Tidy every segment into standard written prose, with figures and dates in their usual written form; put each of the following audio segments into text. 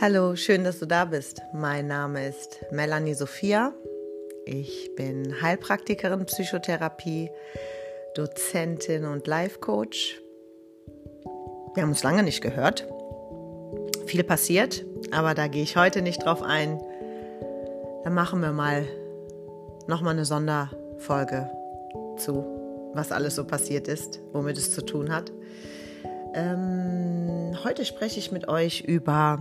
Hallo, schön, dass du da bist. Mein Name ist Melanie Sophia. Ich bin Heilpraktikerin Psychotherapie, Dozentin und Life-Coach. Wir haben uns lange nicht gehört. Viel passiert, aber da gehe ich heute nicht drauf ein. Dann machen wir nochmal eine Sonderfolge zu, was alles so passiert ist, womit es zu tun hat. Heute spreche ich mit euch über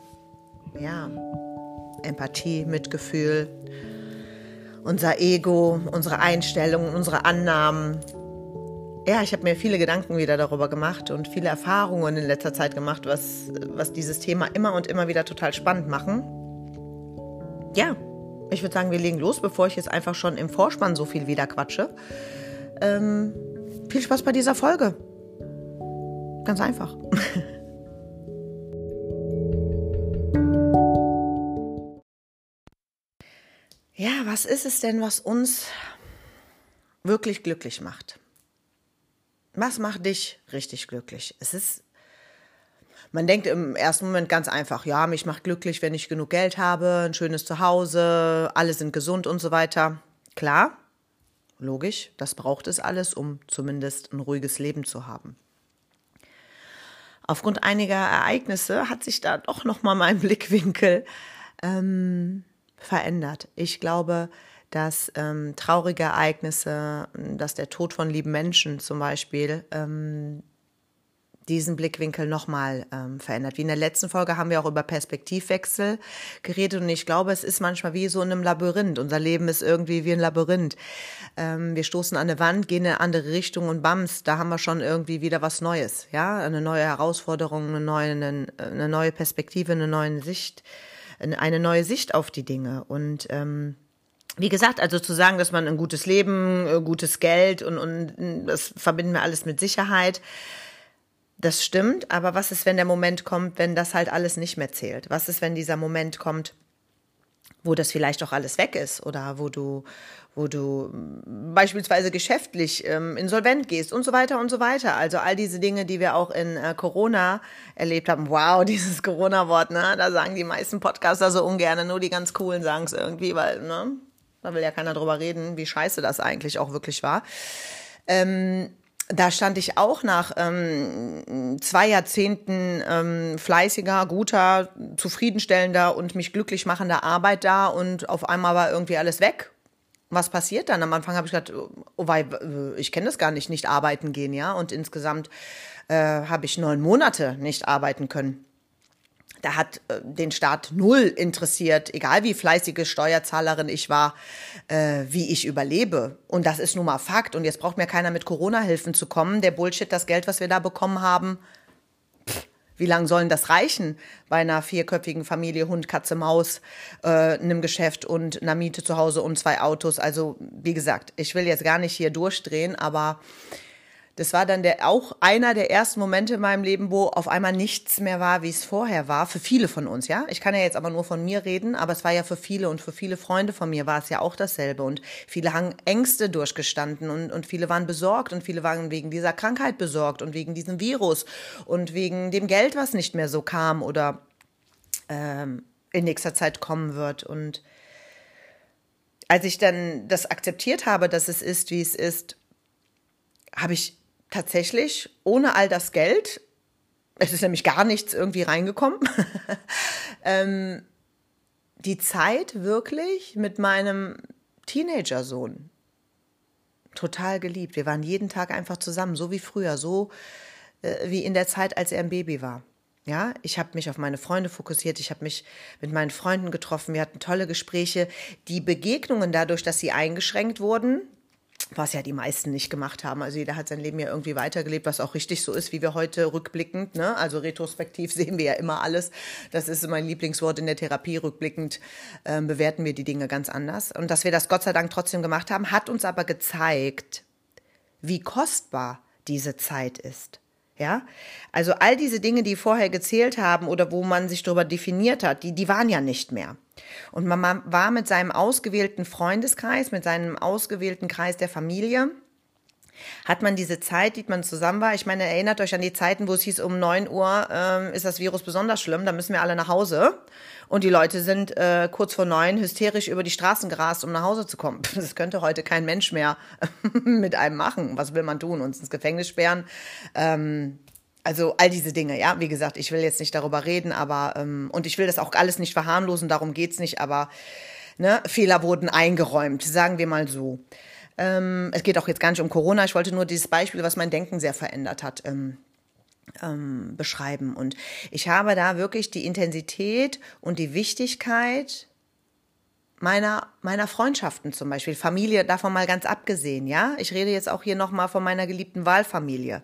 Empathie, Mitgefühl, unser Ego, unsere Einstellungen, unsere Annahmen. Ja, ich habe mir viele Gedanken wieder darüber gemacht und viele Erfahrungen in letzter Zeit gemacht, was dieses Thema immer und immer wieder total spannend machen. Ja, ich würde sagen, wir legen los, bevor ich jetzt einfach schon im Vorspann so viel wieder quatsche. Viel Spaß bei dieser Folge. Ganz einfach. Ja, was ist es denn, was uns wirklich glücklich macht? Was macht dich richtig glücklich? Man denkt im ersten Moment ganz einfach, ja, mich macht glücklich, wenn ich genug Geld habe, ein schönes Zuhause, alle sind gesund und so weiter. Klar, logisch, das braucht es alles, um zumindest ein ruhiges Leben zu haben. Aufgrund einiger Ereignisse hat sich da doch nochmal mein Blickwinkel verändert. Ich glaube, dass traurige Ereignisse, dass der Tod von lieben Menschen zum Beispiel, diesen Blickwinkel nochmal verändert. Wie in der letzten Folge haben wir auch über Perspektivwechsel geredet und ich glaube, es ist manchmal wie so in einem Labyrinth. Unser Leben ist irgendwie wie ein Labyrinth. Wir stoßen an eine Wand, gehen in eine andere Richtung und bams, da haben wir schon irgendwie wieder was Neues. Ja, eine neue Herausforderung, eine neue Perspektive, eine neue Sicht auf die Dinge. Und wie gesagt, also zu sagen, dass man ein gutes Leben, gutes Geld und das verbinden wir alles mit Sicherheit, das stimmt, aber was ist, wenn der Moment kommt, wenn das halt alles nicht mehr zählt? Was ist, wenn dieser Moment kommt, wo das vielleicht auch alles weg ist oder wo du beispielsweise geschäftlich insolvent gehst und so weiter und so weiter. Also all diese Dinge, die wir auch in Corona erlebt haben. Wow, dieses Corona-Wort, ne? Da sagen die meisten Podcaster so ungern, nur die ganz coolen sagen es irgendwie, weil, ne? Da will ja keiner drüber reden, wie scheiße das eigentlich auch wirklich war. Da stand ich auch nach 2 Jahrzehnten fleißiger, guter, zufriedenstellender und mich glücklich machender Arbeit da und auf einmal war irgendwie alles weg. Was passiert dann? Am Anfang habe ich gedacht, oh wei, ich kenne das gar nicht arbeiten gehen, ja. Und insgesamt habe ich 9 Monate nicht arbeiten können. Da hat den Staat null interessiert, egal wie fleißige Steuerzahlerin ich war, wie ich überlebe. Und das ist nun mal Fakt. Und jetzt braucht mir keiner mit Corona-Hilfen zu kommen. Der Bullshit, das Geld, was wir da bekommen haben, wie lange sollen das reichen bei einer 4-köpfigen Familie, Hund, Katze, Maus, einem Geschäft und einer Miete zu Hause und 2 Autos. Also wie gesagt, ich will jetzt gar nicht hier durchdrehen, aber das war dann auch einer der ersten Momente in meinem Leben, wo auf einmal nichts mehr war, wie es vorher war. Für viele von uns, ja. Ich kann ja jetzt aber nur von mir reden, aber es war ja für viele und für viele Freunde von mir war es ja auch dasselbe. Und viele haben Ängste durchgestanden und viele waren besorgt und viele waren wegen dieser Krankheit besorgt und wegen diesem Virus und wegen dem Geld, was nicht mehr so kam oder in nächster Zeit kommen wird. Und als ich dann das akzeptiert habe, dass es ist, wie es ist, habe ich tatsächlich ohne all das Geld, es ist nämlich gar nichts irgendwie reingekommen, die Zeit wirklich mit meinem Teenager-Sohn total geliebt. Wir waren jeden Tag einfach zusammen, so wie früher, so wie in der Zeit, als er ein Baby war. Ja, ich habe mich auf meine Freunde fokussiert, ich habe mich mit meinen Freunden getroffen, wir hatten tolle Gespräche. Die Begegnungen dadurch, dass sie eingeschränkt wurden, was ja die meisten nicht gemacht haben. Also jeder hat sein Leben ja irgendwie weitergelebt, was auch richtig so ist, wie wir heute rückblickend, ne? Also retrospektiv sehen wir ja immer alles. Das ist mein Lieblingswort in der Therapie. Rückblickend bewerten wir die Dinge ganz anders. Und dass wir das Gott sei Dank trotzdem gemacht haben, hat uns aber gezeigt, wie kostbar diese Zeit ist. Ja, also all diese Dinge, die vorher gezählt haben oder wo man sich darüber definiert hat, die waren ja nicht mehr. Und man war mit seinem ausgewählten Freundeskreis, mit seinem ausgewählten Kreis der Familie Hat man diese Zeit, die man zusammen war, ich meine, erinnert euch an die Zeiten, wo es hieß, um 9 Uhr ist das Virus besonders schlimm, da müssen wir alle nach Hause. Und die Leute sind kurz vor 9 hysterisch über die Straßen gerast, um nach Hause zu kommen. Das könnte heute kein Mensch mehr mit einem machen. Was will man tun? Uns ins Gefängnis sperren? Also all diese Dinge, ja. Wie gesagt, ich will jetzt nicht darüber reden, aber und ich will das auch alles nicht verharmlosen, darum geht's nicht, aber ne, Fehler wurden eingeräumt, sagen wir mal so. Es geht auch jetzt gar nicht um Corona, ich wollte nur dieses Beispiel, was mein Denken sehr verändert hat, beschreiben. Und ich habe da wirklich die Intensität und die Wichtigkeit meiner Freundschaften zum Beispiel, Familie davon mal ganz abgesehen, ja. Ich rede jetzt auch hier nochmal von meiner geliebten Wahlfamilie.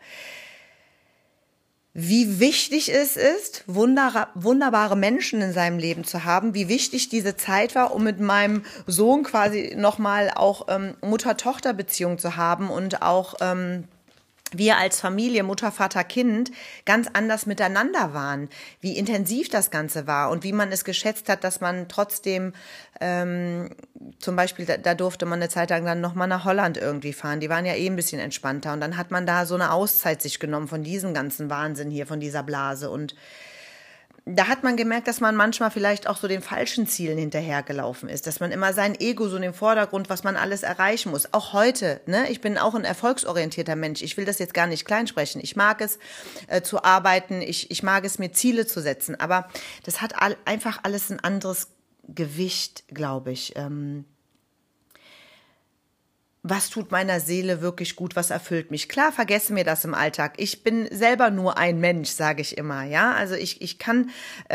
Wie wichtig es ist, wunderbare Menschen in seinem Leben zu haben, wie wichtig diese Zeit war, um mit meinem Sohn quasi nochmal auch Mutter-Tochter-Beziehung zu haben und auch wir als Familie, Mutter, Vater, Kind, ganz anders miteinander waren, wie intensiv das Ganze war und wie man es geschätzt hat, dass man trotzdem, zum Beispiel, da durfte man eine Zeit lang dann nochmal nach Holland irgendwie fahren, die waren ja ein bisschen entspannter und dann hat man da so eine Auszeit sich genommen von diesem ganzen Wahnsinn hier, von dieser Blase und da hat man gemerkt, dass man manchmal vielleicht auch so den falschen Zielen hinterhergelaufen ist, dass man immer sein Ego so in den Vordergrund, was man alles erreichen muss. Auch heute, ne? Ich bin auch ein erfolgsorientierter Mensch. Ich will das jetzt gar nicht kleinsprechen. Ich mag es zu arbeiten. Ich mag es, mir Ziele zu setzen. Aber das hat einfach alles ein anderes Gewicht, glaube ich. Was tut meiner Seele wirklich gut, was erfüllt mich? Klar, vergesse mir das im Alltag. Ich bin selber nur ein Mensch, sage ich immer, ja. Also ich kann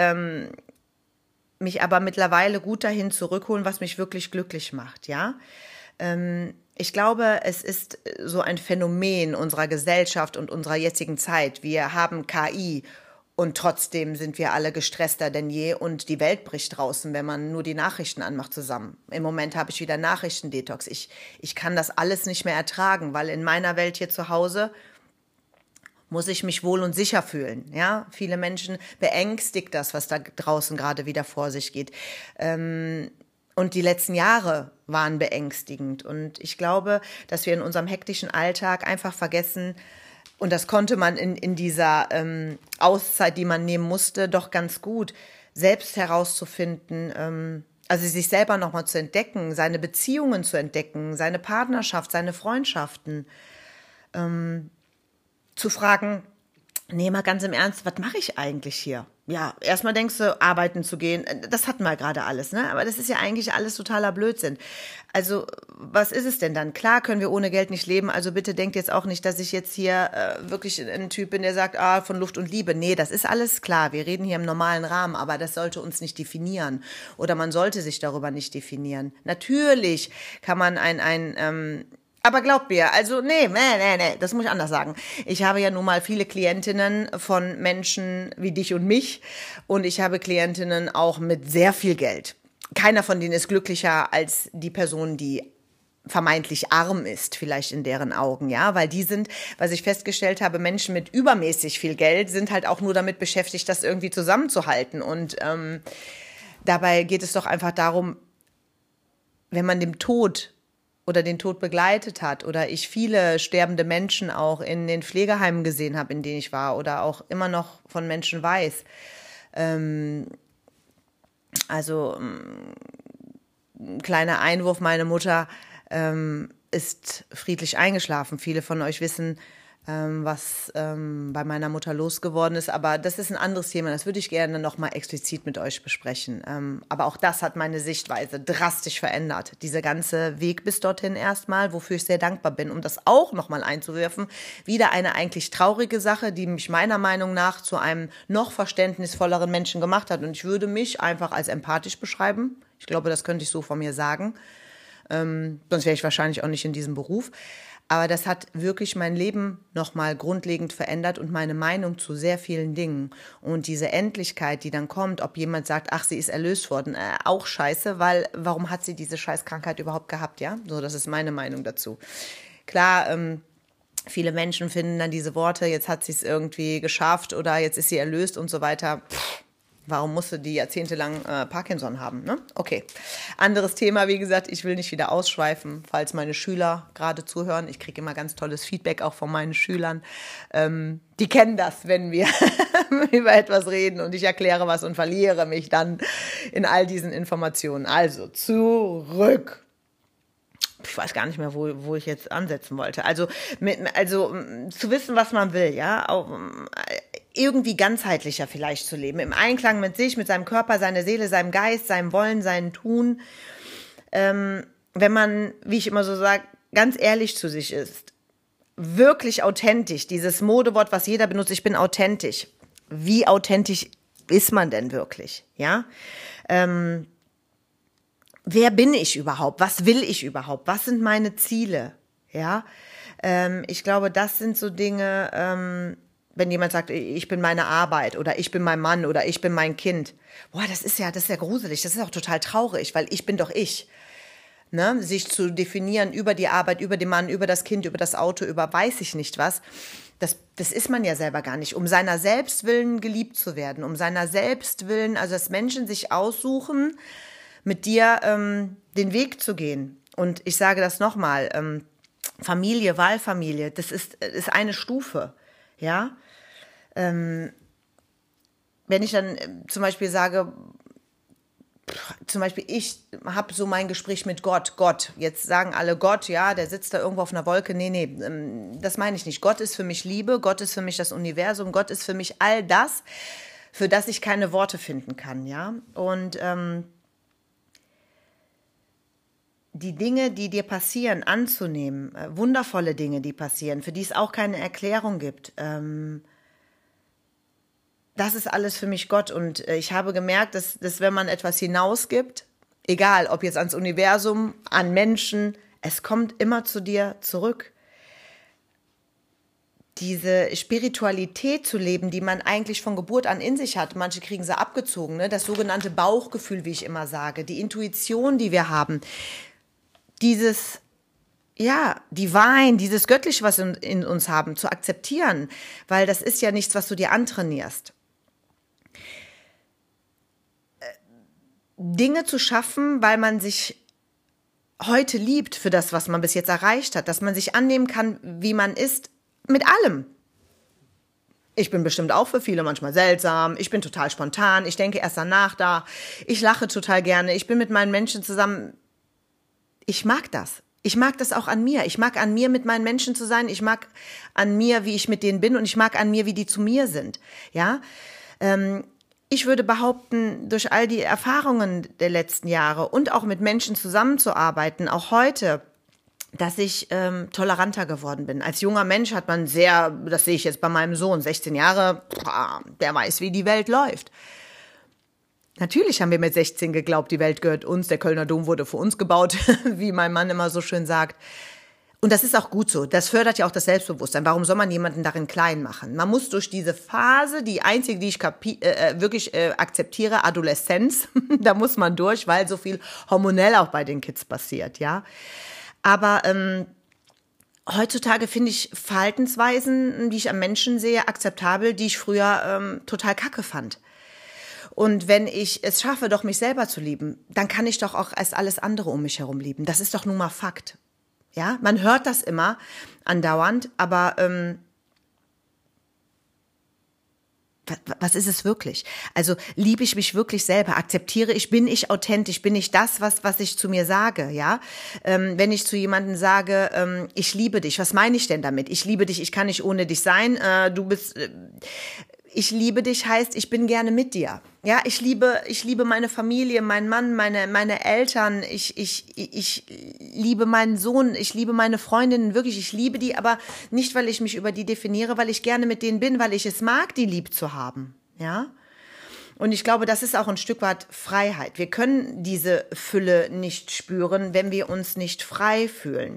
mich aber mittlerweile gut dahin zurückholen, was mich wirklich glücklich macht, ja. Ich glaube, es ist so ein Phänomen unserer Gesellschaft und unserer jetzigen Zeit. Wir haben KI und trotzdem sind wir alle gestresster denn je und die Welt bricht draußen, wenn man nur die Nachrichten anmacht zusammen. Im Moment habe ich wieder Nachrichtendetox. Ich kann das alles nicht mehr ertragen, weil in meiner Welt hier zu Hause muss ich mich wohl und sicher fühlen. Ja? Viele Menschen beängstigt das, was da draußen gerade wieder vor sich geht. Und die letzten Jahre waren beängstigend. Und ich glaube, dass wir in unserem hektischen Alltag einfach vergessen, und das konnte man in dieser Auszeit, die man nehmen musste, doch ganz gut, selbst herauszufinden, also sich selber nochmal zu entdecken, seine Beziehungen zu entdecken, seine Partnerschaft, seine Freundschaften, zu fragen, nee, mal ganz im Ernst, was mache ich eigentlich hier? Ja, erstmal denkst du, arbeiten zu gehen, das hatten wir gerade alles, ne? Aber das ist ja eigentlich alles totaler Blödsinn. Also, was ist es denn dann? Klar können wir ohne Geld nicht leben, also bitte denkt jetzt auch nicht, dass ich jetzt hier wirklich ein Typ bin, der sagt, von Luft und Liebe. Nee, das ist alles klar, wir reden hier im normalen Rahmen, aber das sollte uns nicht definieren. Oder man sollte sich darüber nicht definieren. Natürlich kann man aber glaubt mir, also nee, das muss ich anders sagen. Ich habe ja nun mal viele Klientinnen von Menschen wie dich und mich und ich habe Klientinnen auch mit sehr viel Geld. Keiner von denen ist glücklicher als die Person, die vermeintlich arm ist, vielleicht in deren Augen, ja, weil die sind, was ich festgestellt habe, Menschen mit übermäßig viel Geld sind halt auch nur damit beschäftigt, das irgendwie zusammenzuhalten und dabei geht es doch einfach darum, wenn man dem Tod oder den Tod begleitet hat oder ich viele sterbende Menschen auch in den Pflegeheimen gesehen habe, in denen ich war oder auch immer noch von Menschen weiß. Also ein kleiner Einwurf, meine Mutter ist friedlich eingeschlafen. Viele von euch wissen, was bei meiner Mutter losgeworden ist. Aber das ist ein anderes Thema. Das würde ich gerne noch mal explizit mit euch besprechen. Aber auch das hat meine Sichtweise drastisch verändert. Dieser ganze Weg bis dorthin erstmal, wofür ich sehr dankbar bin, um das auch noch mal einzuwerfen. Wieder eine eigentlich traurige Sache, die mich meiner Meinung nach zu einem noch verständnisvolleren Menschen gemacht hat. Und ich würde mich einfach als empathisch beschreiben. Ich glaube, das könnte ich so von mir sagen. Sonst wäre ich wahrscheinlich auch nicht in diesem Beruf. Aber das hat wirklich mein Leben nochmal grundlegend verändert und meine Meinung zu sehr vielen Dingen. Und diese Endlichkeit, die dann kommt, ob jemand sagt, ach, sie ist erlöst worden, auch scheiße, weil warum hat sie diese Scheißkrankheit überhaupt gehabt, ja? So, das ist meine Meinung dazu. Klar, viele Menschen finden dann diese Worte, jetzt hat sie es irgendwie geschafft oder jetzt ist sie erlöst und so weiter. Warum musste die jahrzehntelang Parkinson haben? Ne? Okay, anderes Thema, wie gesagt, ich will nicht wieder ausschweifen, falls meine Schüler gerade zuhören. Ich kriege immer ganz tolles Feedback auch von meinen Schülern. Die kennen das, wenn wir über etwas reden und ich erkläre was und verliere mich dann in all diesen Informationen. Also zurück. Ich weiß gar nicht mehr, wo ich jetzt ansetzen wollte. Also zu wissen, was man will, ja, auch, irgendwie ganzheitlicher vielleicht zu leben, im Einklang mit sich, mit seinem Körper, seiner Seele, seinem Geist, seinem Wollen, seinem Tun. Wenn man, wie ich immer so sage, ganz ehrlich zu sich ist, wirklich authentisch, dieses Modewort, was jeder benutzt, ich bin authentisch. Wie authentisch ist man denn wirklich, ja? Wer bin ich überhaupt? Was will ich überhaupt? Was sind meine Ziele? Ja, ich glaube, das sind so Dinge, wenn jemand sagt, ich bin meine Arbeit oder ich bin mein Mann oder ich bin mein Kind. Boah, das ist ja gruselig. Das ist auch total traurig, weil ich bin doch ich. Ne? Sich zu definieren über die Arbeit, über den Mann, über das Kind, über das Auto, über weiß ich nicht was. Das ist man ja selber gar nicht. Um seiner selbst willen geliebt zu werden, um seiner selbst willen, also dass Menschen sich aussuchen, mit dir den Weg zu gehen. Und ich sage das nochmal, Familie, Wahlfamilie, das ist eine Stufe, ja. Wenn ich dann zum Beispiel sage, ich habe so mein Gespräch mit Gott, jetzt sagen alle Gott, ja, der sitzt da irgendwo auf einer Wolke, nee, das meine ich nicht. Gott ist für mich Liebe, Gott ist für mich das Universum, Gott ist für mich all das, für das ich keine Worte finden kann, ja. Und die Dinge, die dir passieren, anzunehmen, wundervolle Dinge, die passieren, für die es auch keine Erklärung gibt, das ist alles für mich Gott. Und ich habe gemerkt, dass wenn man etwas hinausgibt, egal ob jetzt ans Universum, an Menschen, es kommt immer zu dir zurück. Diese Spiritualität zu leben, die man eigentlich von Geburt an in sich hat, manche kriegen sie abgezogen, ne? Das sogenannte Bauchgefühl, wie ich immer sage, die Intuition, die wir haben, dieses, ja, Divine, dieses Göttliche, was wir in uns haben, zu akzeptieren, weil das ist ja nichts, was du dir antrainierst. Dinge zu schaffen, weil man sich heute liebt für das, was man bis jetzt erreicht hat, dass man sich annehmen kann, wie man ist, mit allem. Ich bin bestimmt auch für viele manchmal seltsam, ich bin total spontan, ich denke erst danach da, ich lache total gerne, ich bin mit meinen Menschen zusammen. Ich mag das. Ich mag das auch an mir. Ich mag an mir, mit meinen Menschen zu sein. Ich mag an mir, wie ich mit denen bin. Und ich mag an mir, wie die zu mir sind. Ja, ich würde behaupten, durch all die Erfahrungen der letzten Jahre und auch mit Menschen zusammenzuarbeiten, auch heute, dass ich toleranter geworden bin. Als junger Mensch hat man das sehe ich jetzt bei meinem Sohn, 16 Jahre, der weiß, wie die Welt läuft. Natürlich haben wir mit 16 geglaubt, die Welt gehört uns, der Kölner Dom wurde für uns gebaut, wie mein Mann immer so schön sagt. Und das ist auch gut so. Das fördert ja auch das Selbstbewusstsein. Warum soll man jemanden darin klein machen? Man muss durch diese Phase, die einzige, die ich wirklich akzeptiere, Adoleszenz, da muss man durch, weil so viel hormonell auch bei den Kids passiert, ja. Aber heutzutage finde ich Verhaltensweisen, die ich am Menschen sehe, akzeptabel, die ich früher total kacke fand. Und wenn ich es schaffe, doch mich selber zu lieben, dann kann ich doch auch erst alles andere um mich herum lieben. Das ist doch nun mal Fakt. Ja, man hört das immer andauernd, aber was ist es wirklich? Also liebe ich mich wirklich selber? Akzeptiere ich, bin ich authentisch? Bin ich das, was ich zu mir sage? Ja, wenn ich zu jemandem sage, ich liebe dich, was meine ich denn damit? Ich liebe dich, ich kann nicht ohne dich sein. Ich liebe dich heißt, ich bin gerne mit dir. Ja, ich liebe meine Familie, meinen Mann, meine Eltern, ich liebe meinen Sohn, ich liebe meine Freundinnen, wirklich, ich liebe die, aber nicht, weil ich mich über die definiere, weil ich gerne mit denen bin, weil ich es mag, die lieb zu haben. Ja? Und ich glaube, das ist auch ein Stück weit Freiheit. Wir können diese Fülle nicht spüren, wenn wir uns nicht frei fühlen.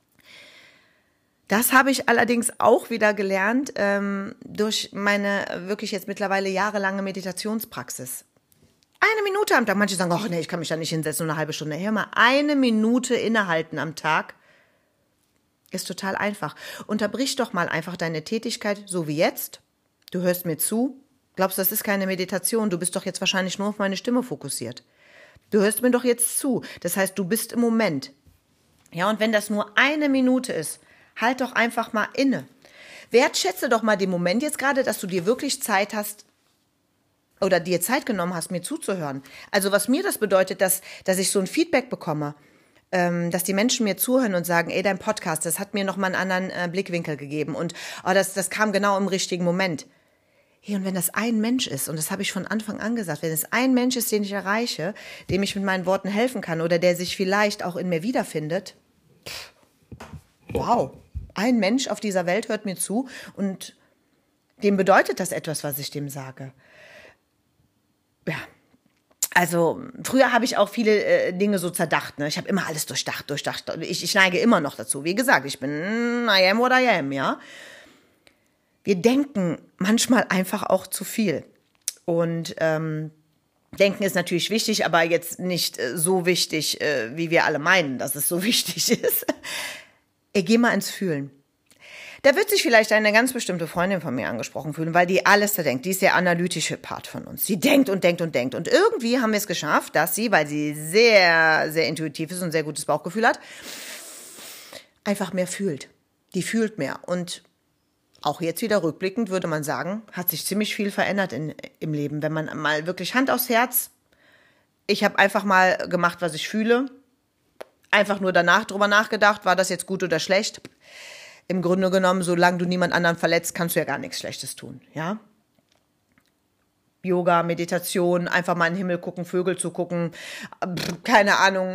Das habe ich allerdings auch wieder gelernt durch meine wirklich jetzt mittlerweile jahrelange Meditationspraxis. 1 Minute am Tag. Manche sagen, oh nee, ich kann mich da nicht hinsetzen, nur eine halbe Stunde. Hör mal, 1 Minute innehalten am Tag ist total einfach. Unterbrich doch mal einfach deine Tätigkeit, so wie jetzt. Du hörst mir zu Glaubst du, das ist keine Meditation? Du bist doch jetzt wahrscheinlich nur auf meine Stimme fokussiert. Du hörst mir doch jetzt zu. Das heißt, du bist im Moment. Ja, und wenn das nur 1 Minute ist, halt doch einfach mal inne. Wertschätze doch mal den Moment jetzt gerade, dass du dir wirklich Zeit hast oder dir Zeit genommen hast, mir zuzuhören. Also was mir das bedeutet, dass ich so ein Feedback bekomme, dass die Menschen mir zuhören und sagen, ey, dein Podcast, das hat mir nochmal einen anderen Blickwinkel gegeben und das kam genau im richtigen Moment. Hey, und wenn das ein Mensch ist, und das habe ich von Anfang an gesagt, wenn es ein Mensch ist, den ich erreiche, dem ich mit meinen Worten helfen kann oder der sich vielleicht auch in mir wiederfindet, wow, ein Mensch auf dieser Welt hört mir zu und dem bedeutet das etwas, was ich dem sage. Ja, also früher habe ich auch viele Dinge so zerdacht. Ne? Ich habe immer alles durchdacht. Ich neige immer noch dazu. Wie gesagt, ich bin I am what I am, ja. Wir denken manchmal einfach auch zu viel. Und Denken ist natürlich wichtig, aber jetzt nicht so wichtig, wie wir alle meinen, dass es so wichtig ist. Geh mal ins Fühlen. Da wird sich vielleicht eine ganz bestimmte Freundin von mir angesprochen fühlen, weil die alles da denkt. Die ist der analytische Part von uns. Sie denkt und denkt und denkt. Und irgendwie haben wir es geschafft, dass sie, weil sie sehr, sehr intuitiv ist und ein sehr gutes Bauchgefühl hat, einfach mehr fühlt. Die fühlt mehr. Und auch jetzt wieder rückblickend würde man sagen, hat sich ziemlich viel verändert im Leben. Wenn man mal wirklich Hand aufs Herz, ich habe einfach mal gemacht, was ich fühle. Einfach nur danach drüber nachgedacht, war das jetzt gut oder schlecht? Im Grunde genommen, solange du niemand anderen verletzt, kannst du ja gar nichts Schlechtes tun, ja? Yoga, Meditation, einfach mal in den Himmel gucken, Vögel zu gucken, keine Ahnung.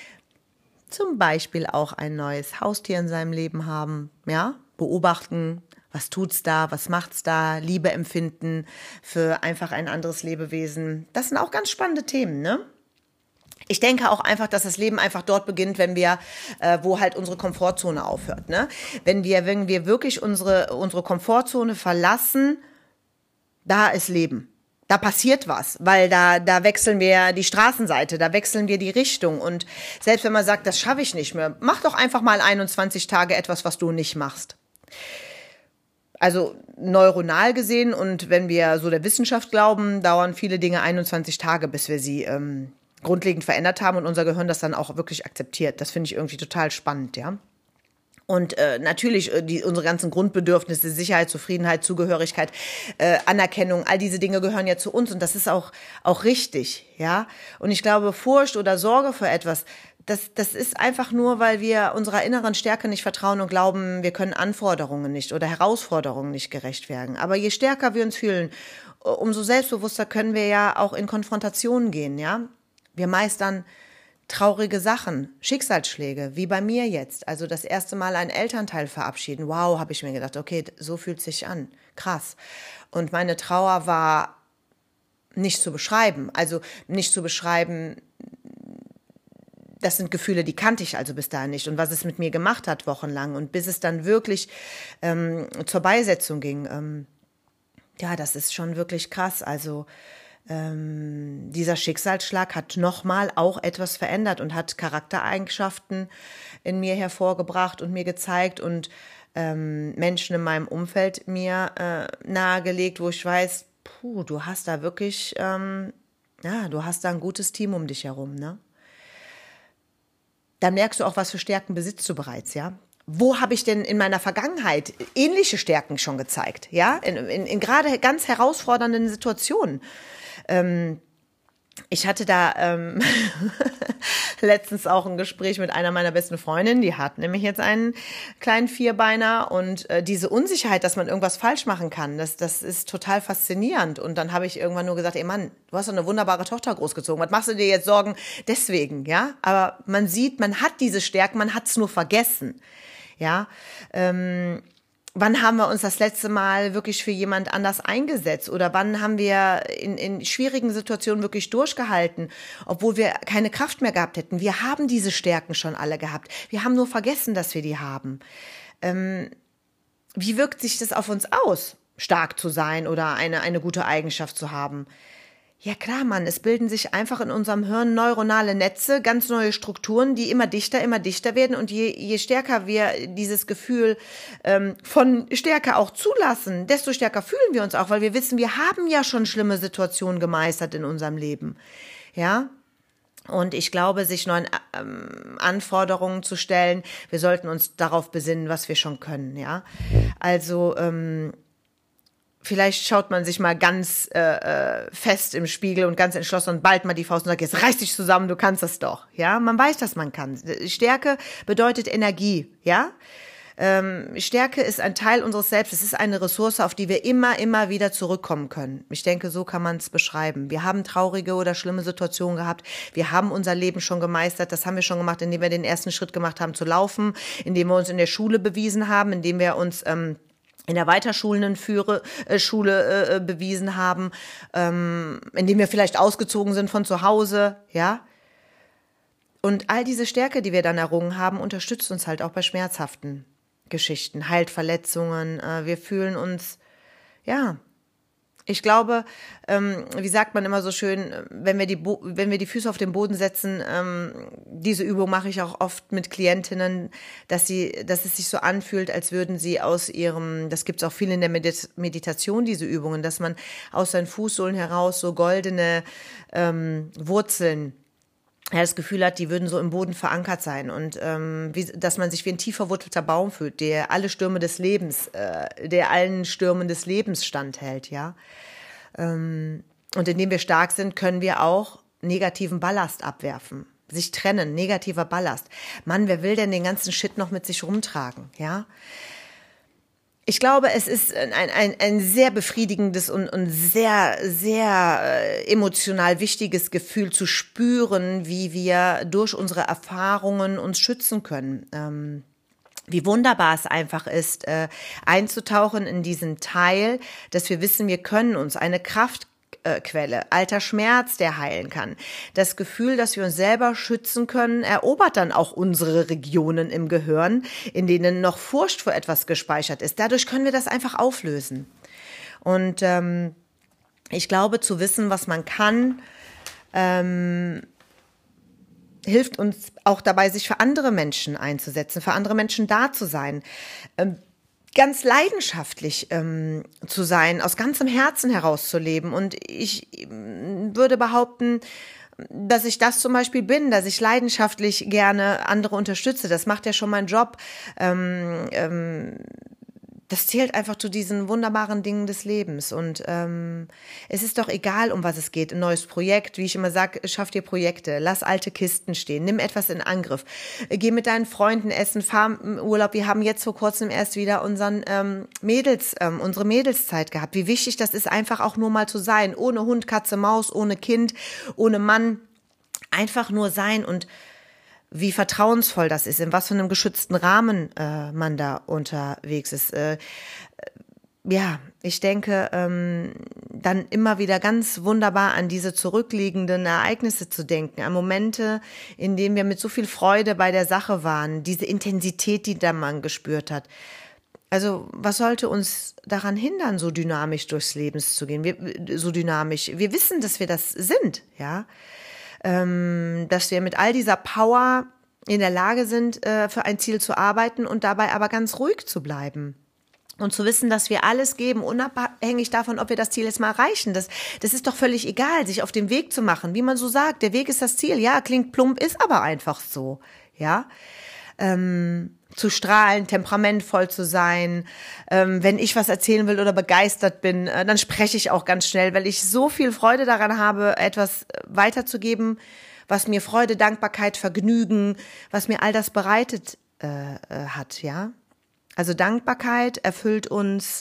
Zum Beispiel auch ein neues Haustier in seinem Leben haben, ja? Beobachten, was tut's da, was macht's da, Liebe empfinden für einfach ein anderes Lebewesen. Das sind auch ganz spannende Themen, ne? Ich denke auch einfach, dass das Leben einfach dort beginnt, wenn wir, wo halt unsere Komfortzone aufhört, ne? Wenn wir wirklich unsere Komfortzone verlassen, da ist Leben. Da passiert was, weil da wechseln wir die Straßenseite, da wechseln wir die Richtung. Und selbst wenn man sagt, das schaffe ich nicht mehr, mach doch einfach mal 21 Tage etwas, was du nicht machst. Also neuronal gesehen und wenn wir so der Wissenschaft glauben, dauern viele Dinge 21 Tage, bis wir sie grundlegend verändert haben und unser Gehirn das dann auch wirklich akzeptiert. Das finde ich irgendwie total spannend, ja. Und natürlich unsere ganzen Grundbedürfnisse, Sicherheit, Zufriedenheit, Zugehörigkeit, Anerkennung, all diese Dinge gehören ja zu uns und das ist auch richtig, ja. Und ich glaube, Furcht oder Sorge vor etwas, das ist einfach nur, weil wir unserer inneren Stärke nicht vertrauen und glauben, wir können Anforderungen nicht oder Herausforderungen nicht gerecht werden. Aber je stärker wir uns fühlen, umso selbstbewusster können wir ja auch in Konfrontationen gehen, ja. Wir meistern traurige Sachen, Schicksalsschläge, wie bei mir jetzt. Also das erste Mal einen Elternteil verabschieden. Wow, habe ich mir gedacht, okay, so fühlt es sich an. Krass. Und meine Trauer war nicht zu beschreiben. Also nicht zu beschreiben, das sind Gefühle, die kannte ich also bis dahin nicht. Und was es mit mir gemacht hat wochenlang. Und bis es dann wirklich zur Beisetzung ging. Ja, das ist schon wirklich krass. Also dieser Schicksalsschlag hat nochmal auch etwas verändert und hat Charaktereigenschaften in mir hervorgebracht und mir gezeigt und Menschen in meinem Umfeld mir nahegelegt, wo ich weiß, du hast da wirklich, du hast da ein gutes Team um dich herum, ne? Dann merkst du auch, was für Stärken besitzt du bereits, ja? Wo habe ich denn in meiner Vergangenheit ähnliche Stärken schon gezeigt, ja? In gerade ganz herausfordernden Situationen. Ich hatte da letztens auch ein Gespräch mit einer meiner besten Freundinnen, die hat nämlich jetzt einen kleinen Vierbeiner und diese Unsicherheit, dass man irgendwas falsch machen kann, das ist total faszinierend. Und dann habe ich irgendwann nur gesagt, ey Mann, du hast doch eine wunderbare Tochter großgezogen, was machst du dir jetzt Sorgen deswegen, ja? Aber man sieht, man hat diese Stärken, man hat es nur vergessen, ja? Wann haben wir uns das letzte Mal wirklich für jemand anders eingesetzt? Oder wann haben wir in schwierigen Situationen wirklich durchgehalten, obwohl wir keine Kraft mehr gehabt hätten? Wir haben diese Stärken schon alle gehabt. Wir haben nur vergessen, dass wir die haben. Wie wirkt sich das auf uns aus, stark zu sein oder eine gute Eigenschaft zu haben? Ja klar, Mann, es bilden sich einfach in unserem Hirn neuronale Netze, ganz neue Strukturen, die immer dichter werden. Und je stärker wir dieses Gefühl von Stärke auch zulassen, desto stärker fühlen wir uns auch, weil wir wissen, wir haben ja schon schlimme Situationen gemeistert in unserem Leben. Ja. Und ich glaube, sich neuen Anforderungen zu stellen, wir sollten uns darauf besinnen, was wir schon können, ja. Also vielleicht schaut man sich mal ganz fest im Spiegel und ganz entschlossen und ballt mal die Faust und sagt, jetzt reiß dich zusammen, du kannst das doch, ja. Man weiß, dass man kann. Stärke bedeutet Energie, ja. Stärke ist ein Teil unseres Selbst. Es ist eine Ressource, auf die wir immer wieder zurückkommen können. Ich denke, so kann man es beschreiben. Wir haben traurige oder schlimme Situationen gehabt. Wir haben unser Leben schon gemeistert. Das haben wir schon gemacht, indem wir den ersten Schritt gemacht haben zu laufen, indem wir uns in der Schule bewiesen haben, indem wir uns in der weiterschulenden Schule bewiesen haben, indem wir vielleicht ausgezogen sind von zu Hause, ja. Und all diese Stärke, die wir dann errungen haben, unterstützt uns halt auch bei schmerzhaften Geschichten, heilt Verletzungen, wir fühlen uns, ja, ich glaube, wie sagt man immer so schön, wenn wir die Füße auf den Boden setzen, diese Übung mache ich auch oft mit Klientinnen, dass es sich so anfühlt, als würden sie aus ihrem, das gibt es auch viel in der Meditation, diese Übungen, dass man aus seinen Fußsohlen heraus so goldene Wurzeln das Gefühl hat, die würden so im Boden verankert sein und dass man sich wie ein tief verwurzelter Baum fühlt, der allen Stürmen des Lebens standhält, ja. Und indem wir stark sind, können wir auch negativen Ballast abwerfen, sich trennen, negativer Ballast. Mann, wer will denn den ganzen Shit noch mit sich rumtragen, ja? Ich glaube, es ist ein sehr befriedigendes und sehr emotional wichtiges Gefühl zu spüren, wie wir durch unsere Erfahrungen uns schützen können. Wie wunderbar es einfach ist, einzutauchen in diesen Teil, dass wir wissen, wir können uns eine Kraftquelle, alter Schmerz, der heilen kann. Das Gefühl, dass wir uns selber schützen können, erobert dann auch unsere Regionen im Gehirn, in denen noch Furcht vor etwas gespeichert ist. Dadurch können wir das einfach auflösen. Und ich glaube, zu wissen, was man kann, hilft uns auch dabei, sich für andere Menschen einzusetzen, für andere Menschen da zu sein. Ganz leidenschaftlich zu sein, aus ganzem Herzen herauszuleben. Und ich würde behaupten, dass ich das zum Beispiel bin, dass ich leidenschaftlich gerne andere unterstütze. Das macht ja schon mein Job. Das zählt einfach zu diesen wunderbaren Dingen des Lebens. Und es ist doch egal, um was es geht. Ein neues Projekt, wie ich immer sage, schaff dir Projekte, lass alte Kisten stehen, nimm etwas in Angriff, geh mit deinen Freunden essen, fahr im Urlaub. Wir haben jetzt vor kurzem erst wieder unsere Mädelszeit gehabt. Wie wichtig das ist, einfach auch nur mal zu sein, ohne Hund, Katze, Maus, ohne Kind, ohne Mann, einfach nur sein und wie vertrauensvoll das ist, in was für einem geschützten Rahmen man da unterwegs ist. Ja, ich denke, dann immer wieder ganz wunderbar an diese zurückliegenden Ereignisse zu denken, an Momente, in denen wir mit so viel Freude bei der Sache waren, diese Intensität, die da man gespürt hat. Also was sollte uns daran hindern, so dynamisch durchs Leben zu gehen? Wir wissen, dass wir das sind, ja. Dass wir mit all dieser Power in der Lage sind, für ein Ziel zu arbeiten und dabei aber ganz ruhig zu bleiben. Und zu wissen, dass wir alles geben, unabhängig davon, ob wir das Ziel jetzt mal erreichen. Das ist doch völlig egal, sich auf den Weg zu machen. Wie man so sagt, der Weg ist das Ziel. Ja, klingt plump, ist aber einfach so. Ja, zu strahlen, temperamentvoll zu sein. Wenn ich was erzählen will oder begeistert bin, dann spreche ich auch ganz schnell, weil ich so viel Freude daran habe, etwas weiterzugeben, was mir Freude, Dankbarkeit, Vergnügen, was mir all das bereitet hat, ja. Also Dankbarkeit erfüllt uns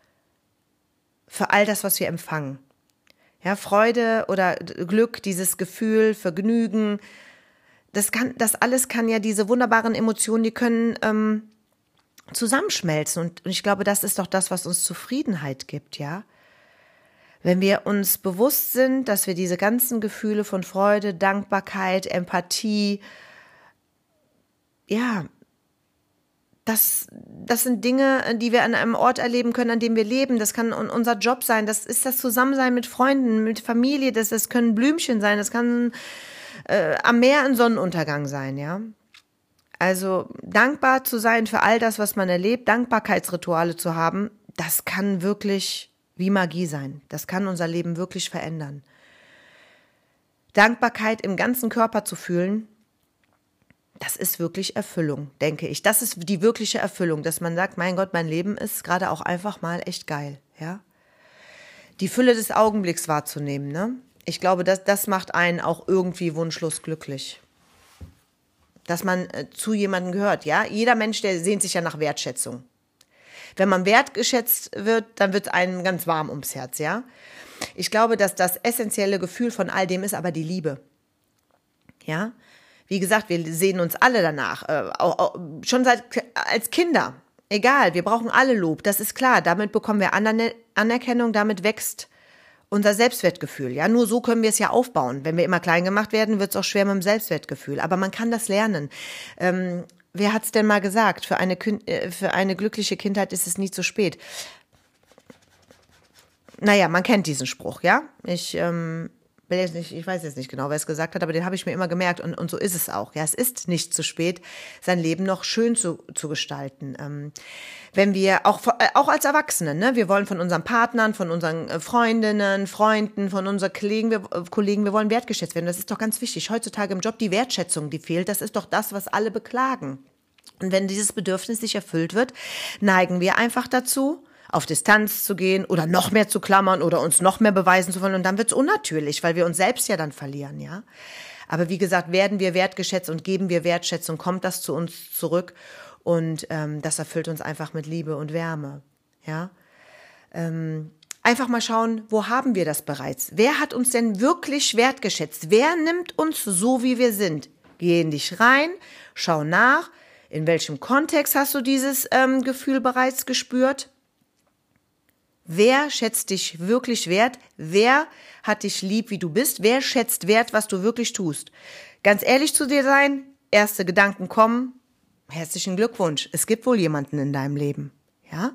für all das, was wir empfangen. Ja, Freude oder Glück, dieses Gefühl, Vergnügen, das alles kann ja diese wunderbaren Emotionen, die können zusammenschmelzen. Und ich glaube, das ist doch das, was uns Zufriedenheit gibt, ja. Wenn wir uns bewusst sind, dass wir diese ganzen Gefühle von Freude, Dankbarkeit, Empathie, ja, dass das sind Dinge, die wir an einem Ort erleben können, an dem wir leben. Das kann unser Job sein. Das ist das Zusammensein mit Freunden, mit Familie. Das können Blümchen sein. Das kann am Meer ein Sonnenuntergang sein, ja. Also dankbar zu sein für all das, was man erlebt, Dankbarkeitsrituale zu haben, das kann wirklich wie Magie sein. Das kann unser Leben wirklich verändern. Dankbarkeit im ganzen Körper zu fühlen, das ist wirklich Erfüllung, denke ich. Das ist die wirkliche Erfüllung, dass man sagt, mein Gott, mein Leben ist gerade auch einfach mal echt geil, ja. Die Fülle des Augenblicks wahrzunehmen, ne? Ich glaube, das macht einen auch irgendwie wunschlos glücklich. Dass man zu jemandem gehört, ja. Jeder Mensch, der sehnt sich ja nach Wertschätzung. Wenn man wertgeschätzt wird, dann wird einem ganz warm ums Herz, ja. Ich glaube, dass das essentielle Gefühl von all dem ist aber die Liebe, ja. Wie gesagt, wir sehen uns alle danach, schon als Kinder. Egal, wir brauchen alle Lob, das ist klar. Damit bekommen wir Anerkennung, damit wächst unser Selbstwertgefühl. Ja, nur so können wir es ja aufbauen. Wenn wir immer klein gemacht werden, wird es auch schwer mit dem Selbstwertgefühl. Aber man kann das lernen. Wer hat's denn mal gesagt? Für eine glückliche Kindheit ist es nie zu spät. Naja, man kennt diesen Spruch, ja? Ich weiß jetzt nicht genau, wer es gesagt hat, aber den habe ich mir immer gemerkt und so ist es auch. Ja, es ist nicht zu spät, sein Leben noch schön zu gestalten. Wenn wir auch als Erwachsene, ne, wir wollen von unseren Partnern, von unseren Freundinnen, Freunden, von unseren Kollegen, wir wollen wertgeschätzt werden. Das ist doch ganz wichtig. Heutzutage im Job die Wertschätzung, die fehlt. Das ist doch das, was alle beklagen. Und wenn dieses Bedürfnis nicht erfüllt wird, neigen wir einfach dazu, auf Distanz zu gehen oder noch mehr zu klammern oder uns noch mehr beweisen zu wollen. Und dann wird's unnatürlich, weil wir uns selbst ja dann verlieren, ja. Aber wie gesagt, werden wir wertgeschätzt und geben wir Wertschätzung, kommt das zu uns zurück und das erfüllt uns einfach mit Liebe und Wärme, ja. Einfach mal schauen, wo haben wir das bereits? Wer hat uns denn wirklich wertgeschätzt? Wer nimmt uns so, wie wir sind? Geh in dich rein, schau nach, in welchem Kontext hast du dieses Gefühl bereits gespürt? Wer schätzt dich wirklich wert? Wer hat dich lieb, wie du bist? Wer schätzt wert, was du wirklich tust? Ganz ehrlich zu dir sein, erste Gedanken kommen, herzlichen Glückwunsch. Es gibt wohl jemanden in deinem Leben, ja?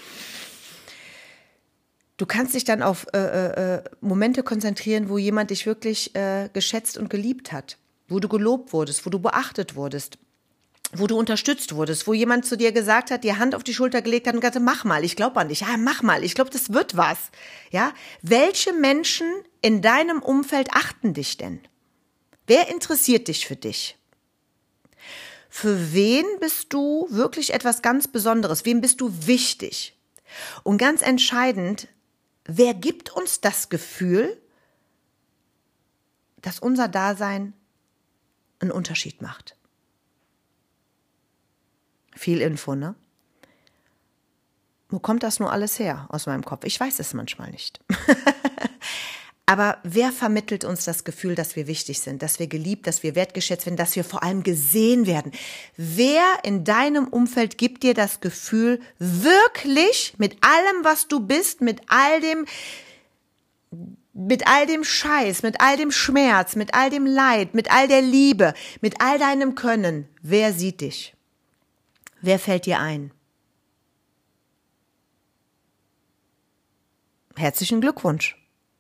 Du kannst dich dann auf Momente konzentrieren, wo jemand dich wirklich geschätzt und geliebt hat, wo du gelobt wurdest, wo du beachtet wurdest, wo du unterstützt wurdest, wo jemand zu dir gesagt hat, die Hand auf die Schulter gelegt hat und gesagt, mach mal, ich glaube an dich. Ja, mach mal, ich glaube, das wird was. Ja, welche Menschen in deinem Umfeld achten dich denn? Wer interessiert dich für dich? Für wen bist du wirklich etwas ganz Besonderes? Wem bist du wichtig? Und ganz entscheidend, wer gibt uns das Gefühl, dass unser Dasein einen Unterschied macht? Viel Info, ne? Wo kommt das nur alles her aus meinem Kopf? Ich weiß es manchmal nicht. Aber wer vermittelt uns das Gefühl, dass wir wichtig sind, dass wir geliebt, dass wir wertgeschätzt werden, dass wir vor allem gesehen werden? Wer in deinem Umfeld gibt dir das Gefühl, wirklich mit allem, was du bist, mit all dem Scheiß, mit all dem Schmerz, mit all dem Leid, mit all der Liebe, mit all deinem Können, wer sieht dich? Wer fällt dir ein? Herzlichen Glückwunsch.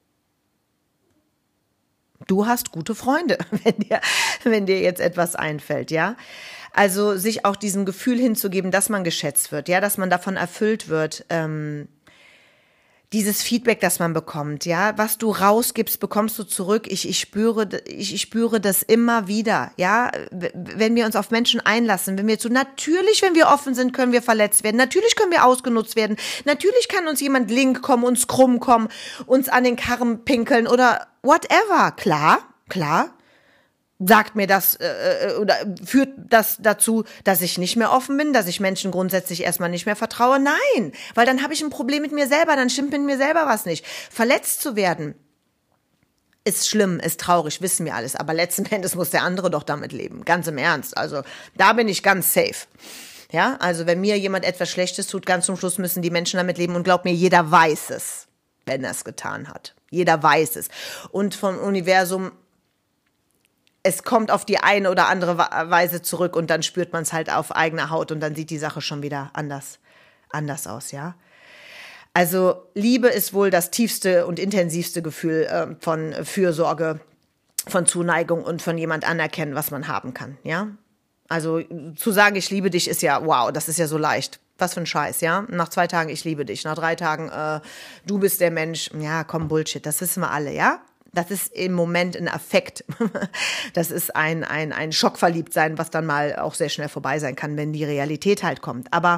Du hast gute Freunde, wenn dir jetzt etwas einfällt, ja? Also sich auch diesem Gefühl hinzugeben, dass man geschätzt wird, ja, dass man davon erfüllt wird, dieses Feedback, das man bekommt, ja, was du rausgibst, bekommst du zurück. Ich spüre das immer wieder, ja, wenn wir uns auf Menschen einlassen, natürlich, wenn wir offen sind, können wir verletzt werden, natürlich können wir ausgenutzt werden, natürlich kann uns jemand link kommen, uns krumm kommen, uns an den Karren pinkeln oder whatever, klar, sagt mir das oder führt das dazu, dass ich nicht mehr offen bin, dass ich Menschen grundsätzlich erstmal nicht mehr vertraue? Nein, weil dann habe ich ein Problem mit mir selber, dann stimmt mit mir selber was nicht. Verletzt zu werden ist schlimm, ist traurig, wissen wir alles, aber letzten Endes muss der andere doch damit leben, ganz im Ernst. Also da bin ich ganz safe. Ja, also wenn mir jemand etwas Schlechtes tut, ganz zum Schluss müssen die Menschen damit leben und glaub mir, jeder weiß es, wenn er es getan hat. Jeder weiß es. Und vom Universum es kommt auf die eine oder andere Weise zurück und dann spürt man es halt auf eigener Haut und dann sieht die Sache schon wieder anders aus, ja. Also Liebe ist wohl das tiefste und intensivste Gefühl von Fürsorge, von Zuneigung und von jemand anerkennen, was man haben kann, ja. Also zu sagen, ich liebe dich, ist ja, wow, das ist ja so leicht. Was für ein Scheiß, ja? Nach 2 Tagen, ich liebe dich. Nach 3 Tagen, du bist der Mensch. Ja, komm, Bullshit, das wissen wir alle, ja? Das ist im Moment ein Affekt. Das ist ein Schockverliebtsein, was dann mal auch sehr schnell vorbei sein kann, wenn die Realität halt kommt. Aber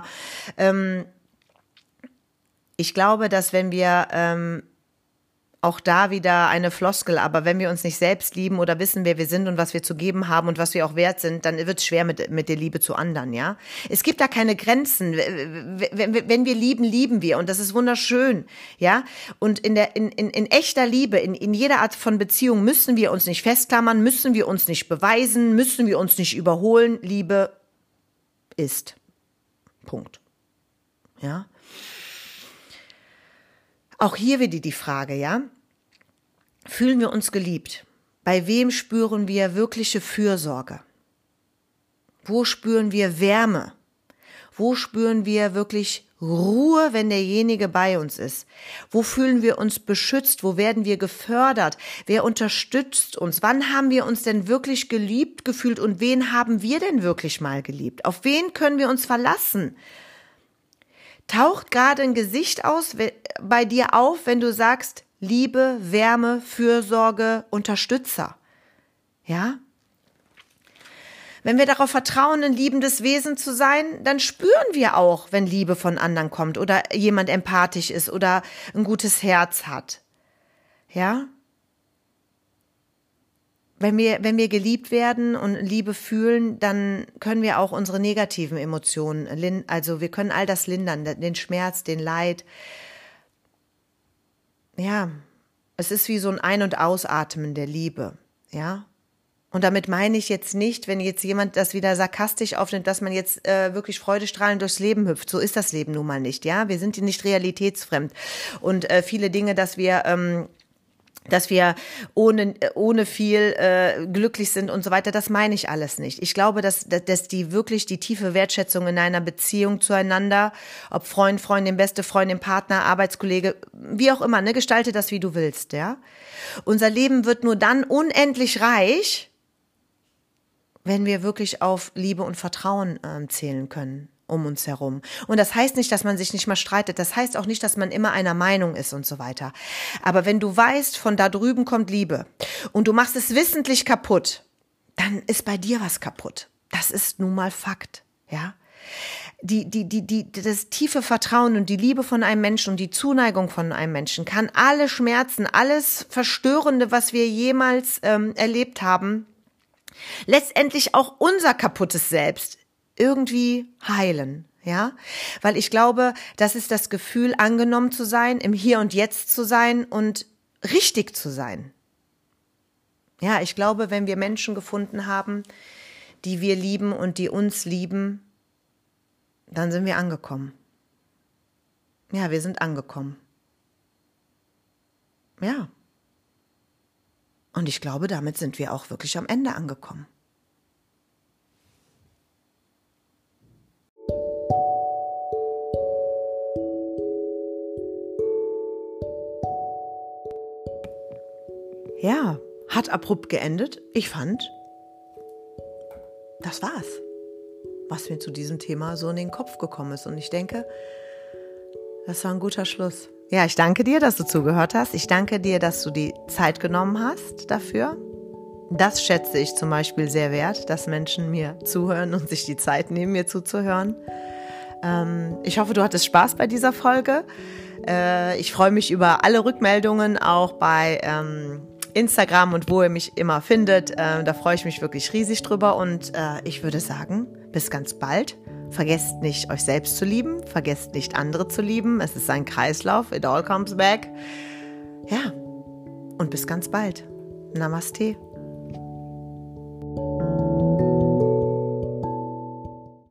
ich glaube, dass wenn wir auch da wieder eine Floskel, aber wenn wir uns nicht selbst lieben oder wissen, wer wir sind und was wir zu geben haben und was wir auch wert sind, dann wird es schwer mit der Liebe zu anderen, ja. Es gibt da keine Grenzen. Wenn wir lieben, lieben wir und das ist wunderschön, ja. Und in echter Liebe, in jeder Art von Beziehung müssen wir uns nicht festklammern, müssen wir uns nicht beweisen, müssen wir uns nicht überholen. Liebe ist. Punkt. Ja. Auch hier wieder die Frage, ja? Fühlen wir uns geliebt? Bei wem spüren wir wirkliche Fürsorge? Wo spüren wir Wärme? Wo spüren wir wirklich Ruhe, wenn derjenige bei uns ist? Wo fühlen wir uns beschützt? Wo werden wir gefördert? Wer unterstützt uns? Wann haben wir uns denn wirklich geliebt gefühlt und wen haben wir denn wirklich mal geliebt? Auf wen können wir uns verlassen? Taucht gerade ein Gesicht bei dir auf, wenn du sagst, Liebe, Wärme, Fürsorge, Unterstützer? Ja? Wenn wir darauf vertrauen, ein liebendes Wesen zu sein, dann spüren wir auch, wenn Liebe von anderen kommt oder jemand empathisch ist oder ein gutes Herz hat. Ja? Wenn wir geliebt werden und Liebe fühlen, dann können wir auch unsere negativen Emotionen, also wir können all das lindern, den Schmerz, den Leid. Ja, es ist wie so ein Ein- und Ausatmen der Liebe, ja. Und damit meine ich jetzt nicht, wenn jetzt jemand das wieder sarkastisch aufnimmt, dass man jetzt wirklich freudestrahlend durchs Leben hüpft. So ist das Leben nun mal nicht, ja. Wir sind nicht realitätsfremd und viele Dinge, dass wir ohne viel glücklich sind und so weiter, das meine ich alles nicht. Ich glaube, dass die tiefe Wertschätzung in einer Beziehung zueinander, ob Freund, Freundin, beste Freundin, Partner, Arbeitskollege, wie auch immer, ne, gestalte das, wie du willst, ja. Unser Leben wird nur dann unendlich reich, wenn wir wirklich auf Liebe und Vertrauen zählen können um uns herum. Und das heißt nicht, dass man sich nicht mal streitet. Das heißt auch nicht, dass man immer einer Meinung ist und so weiter. Aber wenn du weißt, von da drüben kommt Liebe und du machst es wissentlich kaputt, dann ist bei dir was kaputt. Das ist nun mal Fakt, ja. Das tiefe Vertrauen und die Liebe von einem Menschen und die Zuneigung von einem Menschen kann alle Schmerzen, alles Verstörende, was wir jemals erlebt haben, letztendlich auch unser kaputtes Selbst irgendwie heilen, ja, weil ich glaube, das ist das Gefühl, angenommen zu sein, im Hier und Jetzt zu sein und richtig zu sein. Ja, ich glaube, wenn wir Menschen gefunden haben, die wir lieben und die uns lieben, dann sind wir angekommen. Ja, wir sind angekommen. Ja. Und ich glaube, damit sind wir auch wirklich am Ende angekommen. Ja, hat abrupt geendet. Ich fand, das war's, was mir zu diesem Thema so in den Kopf gekommen ist. Und ich denke, das war ein guter Schluss. Ja, ich danke dir, dass du zugehört hast. Ich danke dir, dass du die Zeit genommen hast dafür. Das schätze ich zum Beispiel sehr wert, dass Menschen mir zuhören und sich die Zeit nehmen, mir zuzuhören. Ich hoffe, du hattest Spaß bei dieser Folge. Ich freue mich über alle Rückmeldungen, auch bei Instagram und wo ihr mich immer findet. Da freue ich mich wirklich riesig drüber und ich würde sagen, bis ganz bald. Vergesst nicht, euch selbst zu lieben. Vergesst nicht, andere zu lieben. Es ist ein Kreislauf. It all comes back. Ja, und bis ganz bald. Namaste.